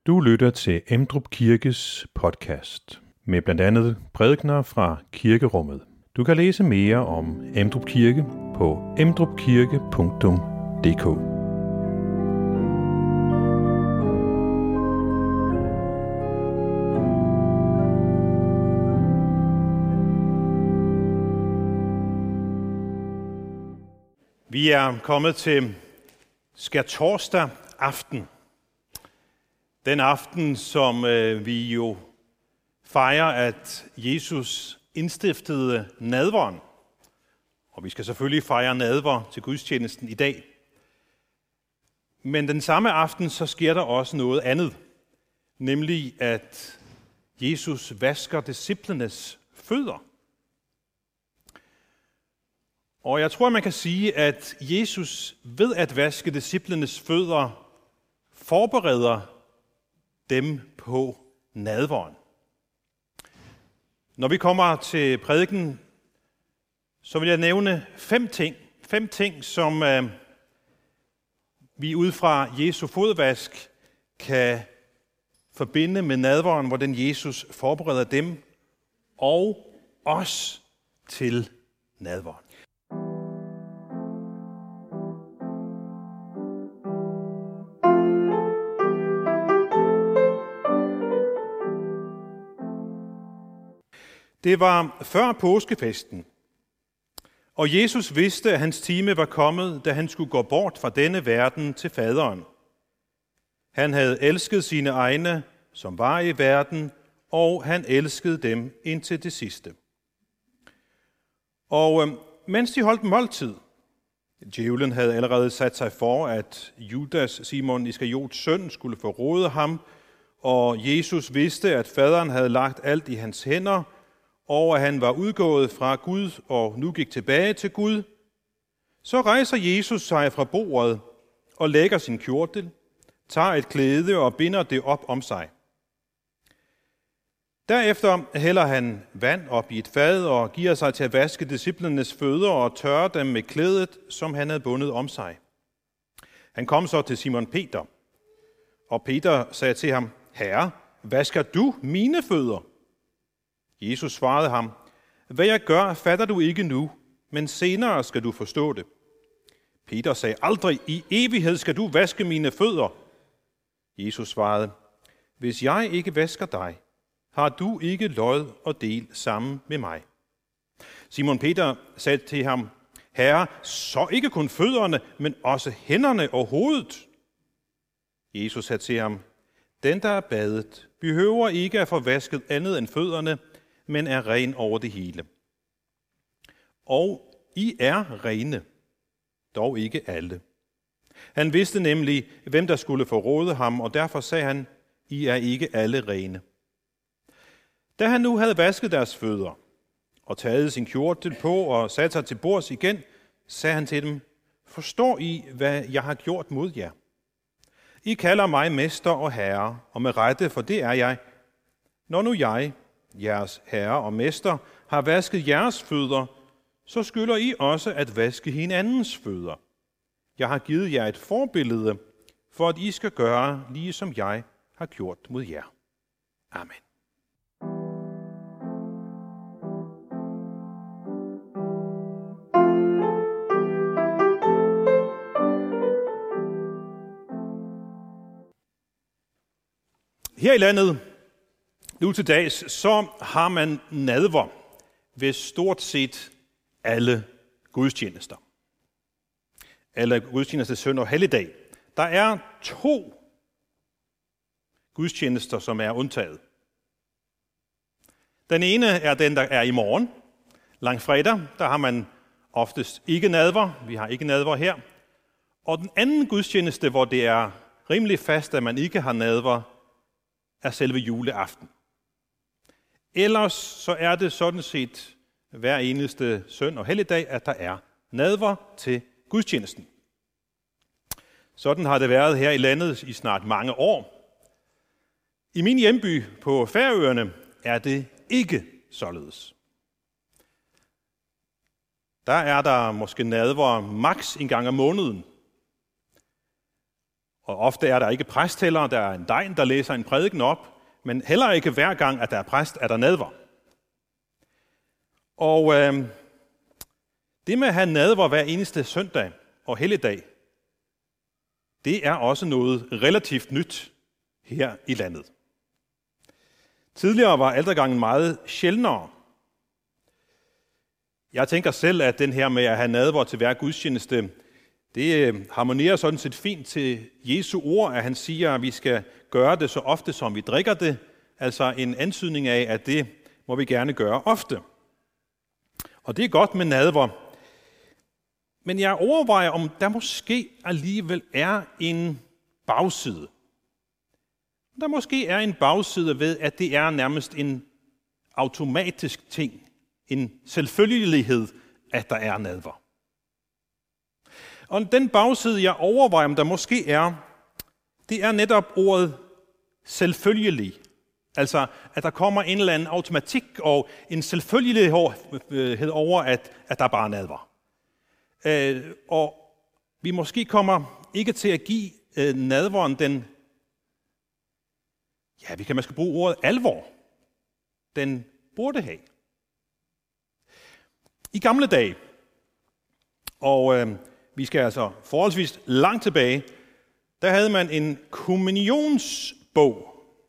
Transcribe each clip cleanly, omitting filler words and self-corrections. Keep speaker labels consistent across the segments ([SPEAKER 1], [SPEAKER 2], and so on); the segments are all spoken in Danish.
[SPEAKER 1] Du lytter til Emdrup Kirkes podcast med blandt andet prædikener fra kirkerummet. Du kan læse mere om Emdrup Kirke på emdrupkirke.dk.
[SPEAKER 2] Vi er kommet til skærtorsdag aften. Den aften, som vi jo fejrer, at Jesus indstiftede nadveren. Og vi skal selvfølgelig fejre nadver til gudstjenesten i dag. Men den samme aften, så sker der også noget andet. Nemlig, at Jesus vasker disciplenes fødder. Og jeg tror, man kan sige, at Jesus ved at vaske disciplenes fødder forbereder dem på nadveren. Når vi kommer til prædiken, så vil jeg nævne 5 ting. 5 ting, som vi ud fra Jesu fodvask kan forbinde med nadveren, hvordan Jesus forbereder dem og os til nadveren. Det var før påskefesten, og Jesus vidste, at hans time var kommet, da han skulle gå bort fra denne verden til faderen. Han havde elsket sine egne, som var i verden, og han elskede dem indtil det sidste. Og mens de holdt måltid, djævlen havde allerede sat sig for, at Judas, Simon Iskariots søn, skulle forråde ham, og Jesus vidste, at faderen havde lagt alt i hans hænder, og at han var udgået fra Gud og nu gik tilbage til Gud, så rejser Jesus sig fra bordet og lægger sin kjortel, tager et klæde og binder det op om sig. Derefter hælder han vand op i et fad og giver sig til at vaske disciplenes fødder og tørre dem med klædet, som han havde bundet om sig. Han kom så til Simon Peter, og Peter sagde til ham, Herre, vasker du mine fødder? Jesus svarede ham, hvad jeg gør, fatter du ikke nu, men senere skal du forstå det. Peter sagde, aldrig i evighed skal du vaske mine fødder. Jesus svarede, hvis jeg ikke vasker dig, har du ikke lod og del sammen med mig. Simon Peter sagde til ham, Herre, så ikke kun fødderne, men også hænderne og hovedet. Jesus sagde til ham, den der er badet, behøver ikke at få vasket andet end fødderne, men er ren over det hele. Og I er rene, dog ikke alle. Han vidste nemlig, hvem der skulle forråde ham, og derfor sagde han, I er ikke alle rene. Da han nu havde vasket deres fødder, og taget sin kjortel på og sat sig til bords igen, sagde han til dem, forstår I, hvad jeg har gjort mod jer? I kalder mig mester og herre, og med rette, for det er jeg. Når nu jeg, jeres herre og mester, har vasket jeres fødder, så skylder I også at vaske hinandens fødder. Jeg har givet jer et forbillede, for at I skal gøre, lige som jeg har gjort mod jer. Amen. Her i landet, nu til dags, så har man nadver ved stort set alle gudstjenester. Alle gudstjenester søndag og helligdag. Der er 2 gudstjenester, som er undtaget. Den ene er den, der er i morgen. Langfredag, der har man oftest ikke nadver. Vi har ikke nadver her. Og den anden gudstjeneste, hvor det er rimelig fast, at man ikke har nadver, er selve juleaften. Ellers så er det sådan set hver eneste søndag og helligdag, at der er nadver til gudstjenesten. Sådan har det været her i landet i snart mange år. I min hjemby på Færøerne er det ikke således. Der er der måske nadver maks en gang om måneden. Og ofte er der ikke præst heller, der er en degn, der læser en prædiken op, men heller ikke hver gang, at der er præst, er der nadver. Og det med at have nadver hver eneste søndag og helligdag, det er også noget relativt nyt her i landet. Tidligere var altergangen meget sjældnere. Jeg tænker selv, at den her med at have nadver til hver gudstjeneste, det harmonerer sådan set fint til Jesu ord, at han siger, at vi skal gøre det så ofte, som vi drikker det. Altså en antydning af, at det må vi gerne gøre ofte. Og det er godt med nadver. Men jeg overvejer, om der måske alligevel er en bagside. Der måske er en bagside ved, at det er nærmest en automatisk ting, en selvfølgelighed, at der er nadver. Og den bagside, jeg overvejer, om der måske er, det er netop ordet selvfølgelig. Altså, at der kommer en eller anden automatik og en selvfølgelighed over, at der bare er nadver. Og vi måske kommer ikke til at give nadveren den, ja, vi kan måske bruge ordet alvor, den burde have. I gamle dage, og vi skal altså forholdsvis langt tilbage, der havde man en kommunionsbog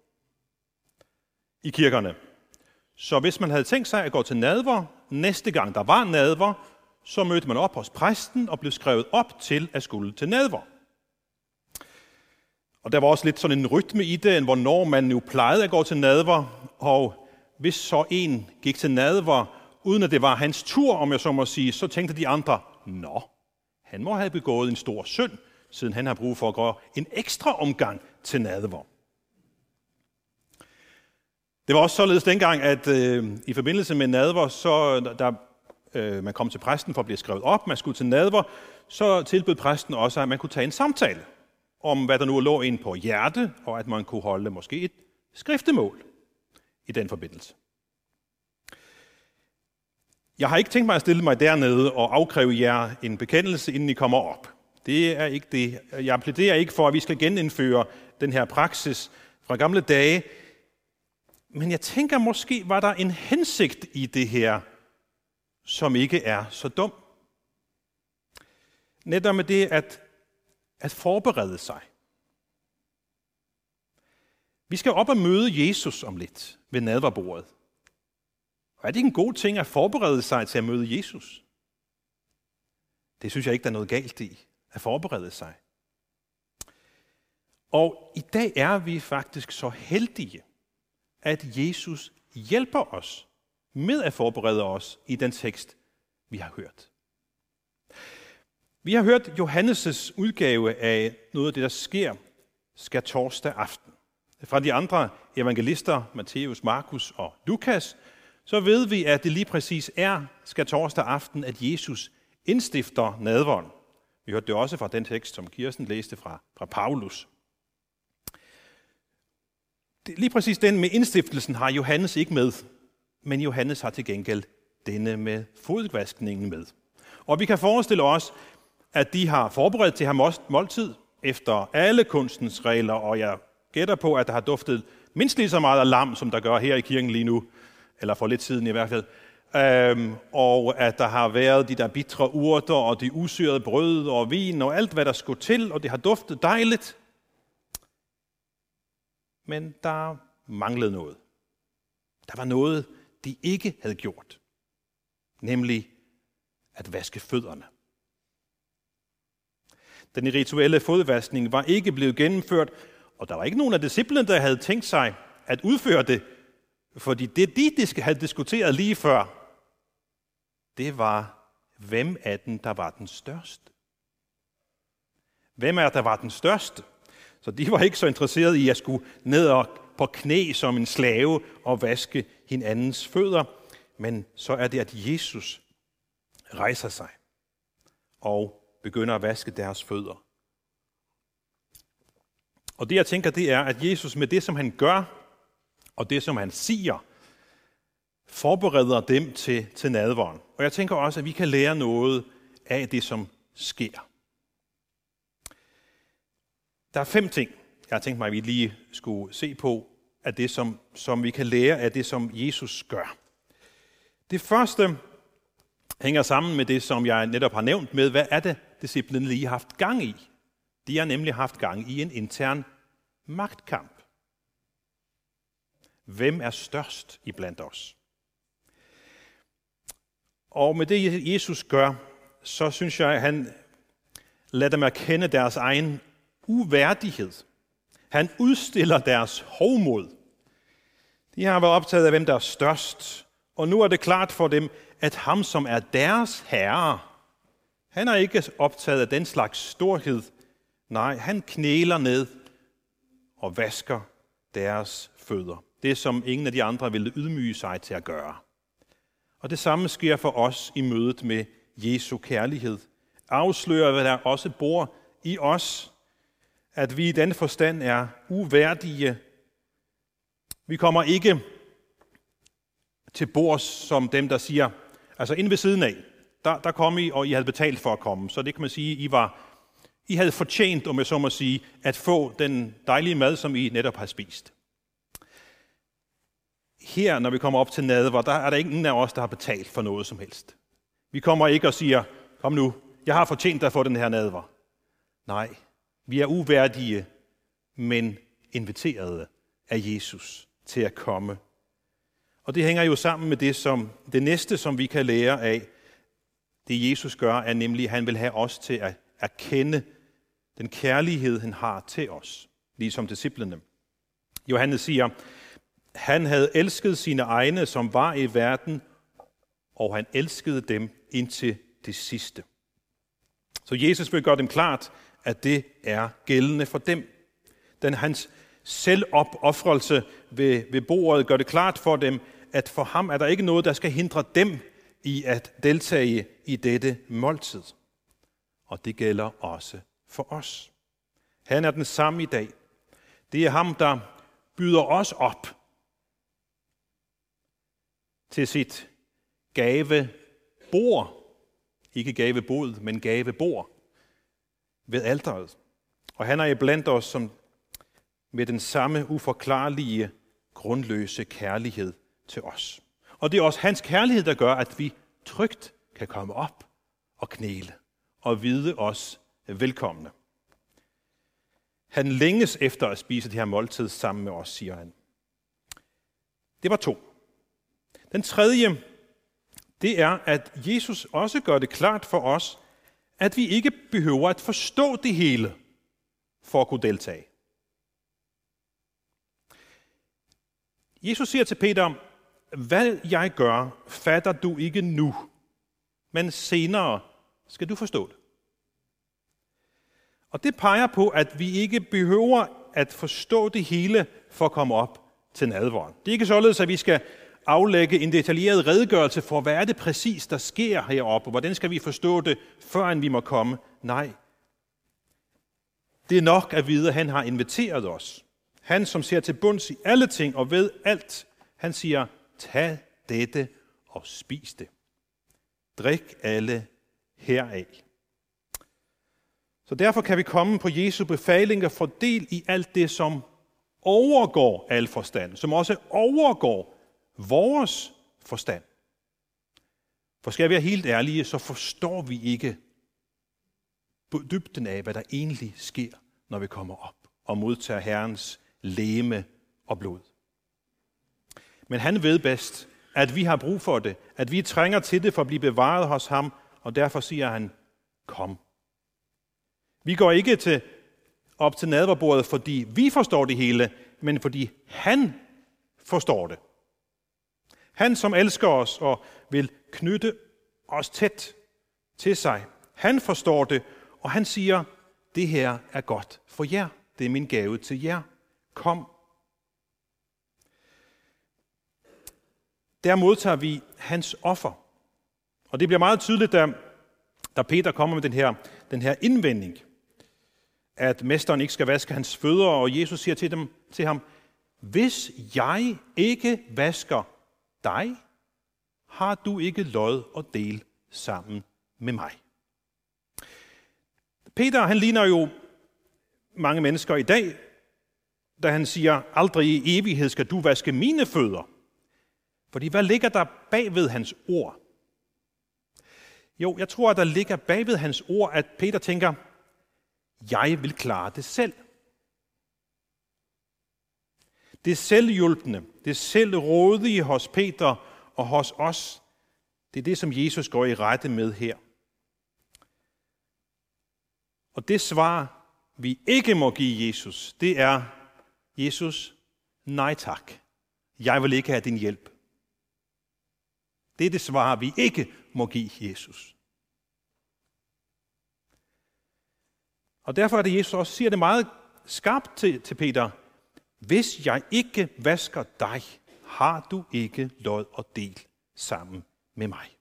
[SPEAKER 2] i kirkerne. Så hvis man havde tænkt sig at gå til nadver, næste gang der var nadver, så mødte man op hos præsten og blev skrevet op til at skulle til nadver. Og der var også lidt sådan en rytme i det, hvornår man jo plejede at gå til nadver, og hvis så en gik til nadver, uden at det var hans tur, om jeg så må sige, så tænkte de andre, nå, han må have begået en stor synd, siden han har brug for at gå en ekstra omgang til nadver. Det var også således dengang, at i forbindelse med nadver, så da man kom til præsten for at blive skrevet op, man skulle til nadver, så tilbød præsten også, at man kunne tage en samtale om, hvad der nu lå inde på hjerte, og at man kunne holde måske et skriftemål i den forbindelse. Jeg har ikke tænkt mig at stille mig dernede og afkræve jer en bekendelse, inden I kommer op. Det er ikke det. Jeg plæderer ikke for, at vi skal genindføre den her praksis fra gamle dage. Men jeg tænker, måske var der en hensigt i det her, som ikke er så dum. Netop med det at forberede sig. Vi skal op og møde Jesus om lidt ved nadverbordet. Og er det ikke en god ting at forberede sig til at møde Jesus? Det synes jeg ikke, der er noget galt i, at forberede sig. Og i dag er vi faktisk så heldige, at Jesus hjælper os med at forberede os i den tekst, vi har hørt. Vi har hørt Johannes' udgave af noget af det, der sker skærtorsdag aften. Fra de andre evangelister, Matthæus, Markus og Lukas, så ved vi, at det lige præcis er skærtorsdag aften, at Jesus indstifter nadveren. Vi hørte det også fra den tekst, som Kirsten læste fra Paulus. Lige præcis den med indstiftelsen har Johannes ikke med, men Johannes har til gengæld denne med fodvaskningen med. Og vi kan forestille os, at de har forberedt til ham måltid efter alle kunstens regler, og jeg gætter på, at der har duftet mindst lige så meget af lam, som der gør her i kirken lige nu, eller for lidt siden i hvert fald. Og at der har været de der bitre urter, og de usyrede brød og vin, og alt hvad der skulle til, og det har duftet dejligt. Men der manglede noget. Der var noget, de ikke havde gjort. Nemlig at vaske fødderne. Den rituelle fodvaskning var ikke blevet gennemført, og der var ikke nogen af disciplene, der havde tænkt sig at udføre det, fordi det, de havde diskuteret lige før, det var, hvem af dem, der var den største. Hvem er der var den største? Så de var ikke så interesserede i at skulle ned og på knæ som en slave og vaske hinandens fødder, men så er det, at Jesus rejser sig og begynder at vaske deres fødder. Og det, jeg tænker, det er, at Jesus med det, som han gør, og det, som han siger, forbereder dem til nadveren. Og jeg tænker også, at vi kan lære noget af det, som sker. Der er 5 ting, jeg har tænkt mig, at vi lige skulle se på, af det, som vi kan lære af det, som Jesus gør. Det første hænger sammen med det, som jeg netop har nævnt med, hvad er det, disciplene lige har haft gang i? De har nemlig haft gang i en intern magtkamp. Hvem er størst iblandt os? Og med det, Jesus gør, så synes jeg, at han lader dem erkende deres egen uværdighed. Han udstiller deres hovmod. De har været optaget af, hvem der er størst, og nu er det klart for dem, at ham, som er deres herre, han er ikke optaget af den slags storhed. Nej, han knæler ned og vasker deres fødder. Det, som ingen af de andre ville ydmyge sig til at gøre. Og det samme sker for os i mødet med Jesu kærlighed. Afslører, hvad der også bor i os, at vi i den forstand er uværdige. Vi kommer ikke til bords som dem, der siger, altså inde ved siden af, der kom I, og I havde betalt for at komme. Så det kan man sige, I havde fortjent, om jeg så må sige, at få den dejlige mad, som I netop har spist. Her, når vi kommer op til nadver, der er der ingen af os, der har betalt for noget som helst. Vi kommer ikke og siger, kom nu, jeg har fortjent at få den her nadver. Nej, vi er uværdige, men inviterede af Jesus til at komme. Og det hænger jo sammen med det næste, som vi kan lære af, det Jesus gør, er nemlig, at han vil have os til at erkende den kærlighed, han har til os, ligesom disciplene. Johannes siger, han havde elsket sine egne, som var i verden, og han elskede dem indtil det sidste. Så Jesus vil gøre dem klart, at det er gældende for dem. Hans selvopoffrelse ved bordet gør det klart for dem, at for ham er der ikke noget, der skal hindre dem i at deltage i dette måltid. Og det gælder også for os. Han er den samme i dag. Det er ham, der byder os op til sit gavebord. Ikke gavebod, men gavebord ved alteret. Og han er iblandt os som med den samme uforklarlige, grundløse kærlighed til os. Og det er også hans kærlighed, der gør, at vi trygt kan komme op og knæle og vide os velkomne. Han længes efter at spise det her måltid sammen med os, siger han. Det var 2. Den tredje, det er, at Jesus også gør det klart for os, at vi ikke behøver at forstå det hele for at kunne deltage. Jesus siger til Peter, hvad jeg gør, fatter du ikke nu, men senere skal du forstå det. Og det peger på, at vi ikke behøver at forstå det hele for at komme op til nadveren. Det er ikke således, at vi skal aflægge en detaljeret redegørelse for, hvad er det præcis, der sker heroppe, og hvordan skal vi forstå det, før vi må komme. Nej. Det er nok at vide, at han har inviteret os. Han, som ser til bunds i alle ting og ved alt, han siger, tag dette og spis det. Drik alle heraf. Så derfor kan vi komme på Jesu befaling og få del i alt det, som overgår al forstand, som også overgår vores forstand. For skal vi være helt ærlige, så forstår vi ikke på dybden af, hvad der egentlig sker, når vi kommer op og modtager Herrens legeme og blod. Men han ved bedst, at vi har brug for det, at vi trænger til det for at blive bevaret hos ham, og derfor siger han, kom. Vi går ikke op til nadverbordet, fordi vi forstår det hele, men fordi han forstår det. Han, som elsker os og vil knytte os tæt til sig, han forstår det, og han siger, det her er godt for jer. Det er min gave til jer. Kom. Der modtager vi hans offer. Og det bliver meget tydeligt, da Peter kommer med den her indvending, at mesteren ikke skal vaske hans fødder, og Jesus siger til ham, hvis jeg ikke vasker dig, har du ikke lod og del sammen med mig. Peter, han ligner jo mange mennesker i dag, da han siger, aldrig i evighed skal du vaske mine fødder. Fordi hvad ligger der bagved hans ord? Jo, jeg tror, at der ligger bagved hans ord, at Peter tænker, jeg vil klare det selv. Det selvhjulpende, det selvrådige hos Peter og hos os, det er det, som Jesus går i rette med her. Og det svar, vi ikke må give Jesus, det er, Jesus, nej tak. Jeg vil ikke have din hjælp. Det er det svar, vi ikke må give Jesus. Og derfor er det, Jesus også siger det meget skarpt til Peter. Hvis jeg ikke vasker dig, har du ikke lod og del sammen med mig.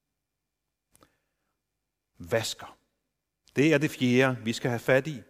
[SPEAKER 2] Vasker. Det er det fjerde, vi skal have fat i.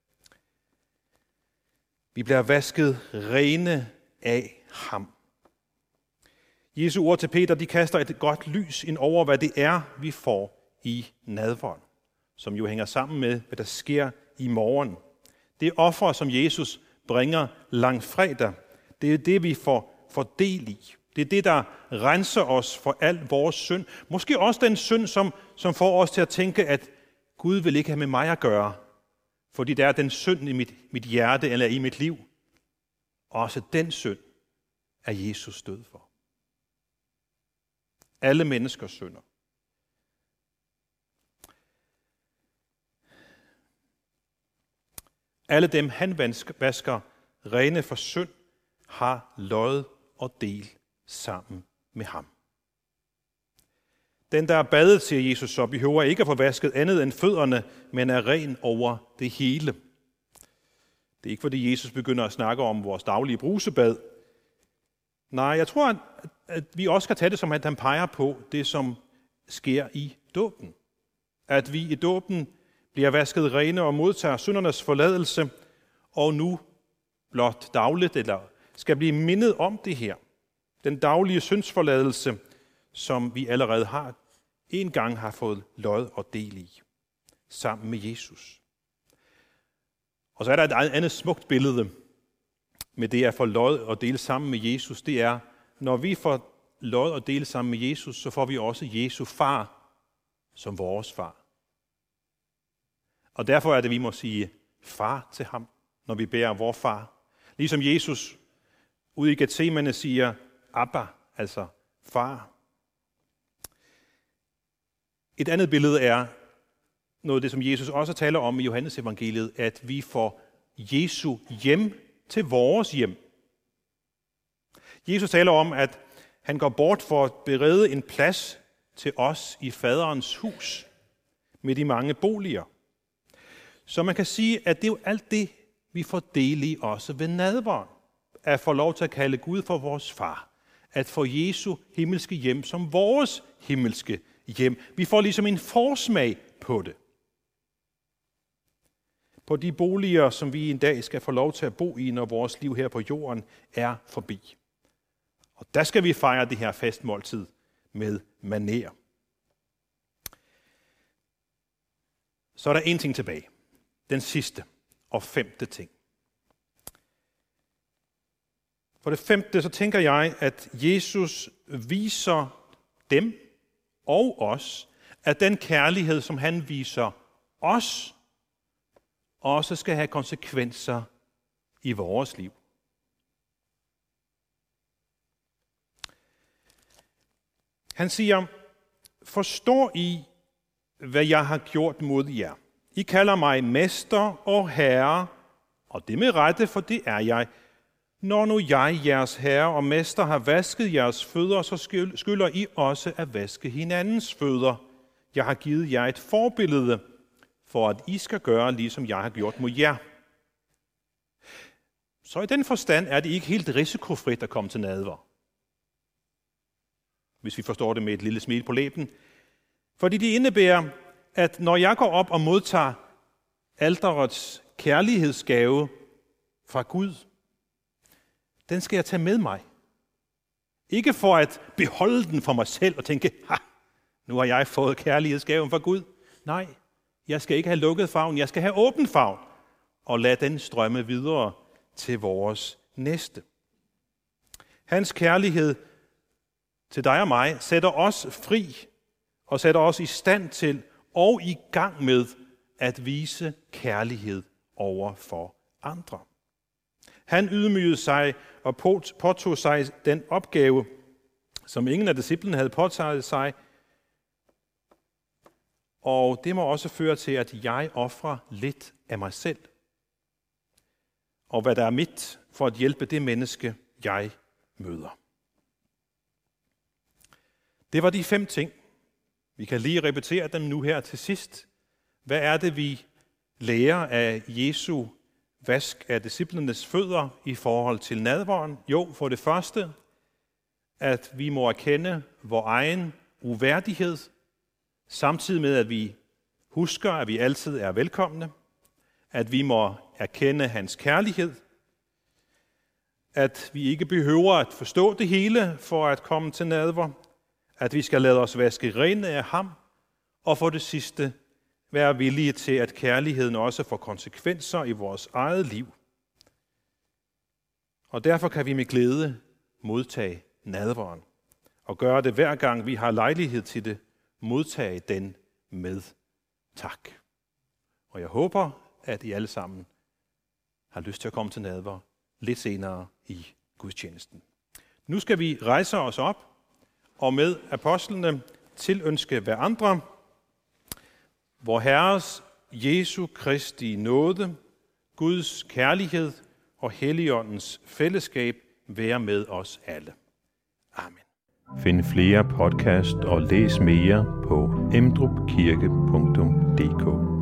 [SPEAKER 2] Vi bliver vasket rene af ham. Jesu ord til Peter, de kaster et godt lys ind over, hvad det er, vi får i nadveren, som jo hænger sammen med, hvad der sker i morgen. Det offer, som Jesus bringer langfredag, det er det, vi får del i. Det er det, der renser os for al vores synd. Måske også den synd, som får os til at tænke, at Gud vil ikke have med mig at gøre, fordi der er den synd i mit hjerte eller i mit liv. Også den synd er Jesus død for. Alle menneskers synder. Alle dem, han vasker rene for synd, har lod og del sammen med ham. Den, der er badet, siger Jesus, så behøver ikke at få vasket andet end fødderne, men er ren over det hele. Det er ikke, fordi Jesus begynder at snakke om vores daglige brusebad. Nej, jeg tror, at vi også kan tage det som, at han peger på det, som sker i dåben. At vi i dåben bliver vasket rene og modtager syndernes forladelse, og nu blot dagligt, eller skal blive mindet om det her. Den daglige syndsforladelse, som vi allerede en gang har fået lod og del i, sammen med Jesus. Og så er der et andet smukt billede med det at få lod og dele sammen med Jesus. Det er, når vi får lod og dele sammen med Jesus, så får vi også Jesu far som vores far. Og derfor er det, vi må sige far til ham, når vi bærer vor far. Ligesom Jesus ude i Getsemane siger Abba, altså far. Et andet billede er noget af det, som Jesus også taler om i Johannes evangeliet, at vi får Jesu hjem til vores hjem. Jesus taler om, at han går bort for at berede en plads til os i faderens hus med de mange boliger. Så man kan sige, at det er jo alt det, vi får del i også ved nadveren. At få lov til at kalde Gud for vores far. At få Jesu himmelske hjem som vores himmelske hjem. Vi får ligesom en forsmag på det. På de boliger, som vi en dag skal få lov til at bo i, når vores liv her på jorden er forbi. Og der skal vi fejre det her festmåltid med maner. Så er der en ting tilbage. Den sidste og femte ting. For det femte, så tænker jeg, at Jesus viser dem og os, at den kærlighed, som han viser os, også skal have konsekvenser i vores liv. Han siger, forstår I, hvad jeg har gjort mod jer? I kalder mig mester og herre, og det med rette, for det er jeg. Når nu jeg, jeres herre og mester, har vasket jeres fødder, så skylder I også at vaske hinandens fødder. Jeg har givet jer et forbillede, for at I skal gøre, ligesom jeg har gjort mod jer. Så i den forstand er det ikke helt risikofrit at komme til nadver. Hvis vi forstår det med et lille smil på læben. Fordi det indebærer, at når jeg går op og modtager alterets kærlighedsgave fra Gud, den skal jeg tage med mig. Ikke for at beholde den for mig selv og tænke, nu har jeg fået kærlighedsgaven fra Gud. Nej, jeg skal ikke have lukket favn, jeg skal have åben favn. og lad den strømme videre til vores næste. Hans kærlighed til dig og mig sætter os fri og sætter os i stand til og i gang med at vise kærlighed over for andre. Han ydmygede sig og påtog sig den opgave, som ingen af disciplene havde påtaget sig, og det må også føre til, at jeg ofrer lidt af mig selv, og hvad der er mit for at hjælpe det menneske, jeg møder. Det var de 5 ting. Vi kan lige repetere dem nu her til sidst. Hvad er det, vi lærer af Jesu vask af disciplenes fødder i forhold til nadveren? Jo, for det første, at vi må erkende vores egen uværdighed, samtidig med, at vi husker, at vi altid er velkomne, at vi må erkende hans kærlighed, at vi ikke behøver at forstå det hele for at komme til nadver, at vi skal lade os vaske rene af ham, og for det sidste, være villige til, at kærligheden også får konsekvenser i vores eget liv. Og derfor kan vi med glæde modtage nadveren, og gøre det hver gang vi har lejlighed til det, modtage den med tak. Og jeg håber, at I alle sammen har lyst til at komme til nadver lidt senere i gudstjenesten. Nu skal vi rejse os op og med apostlene tilønske hverandre, vor Herres Jesu Kristi nåde, Guds kærlighed og Helligåndens fællesskab være med os alle. Amen.
[SPEAKER 1] Find flere podcast og læs mere på emdrupkirke.dk.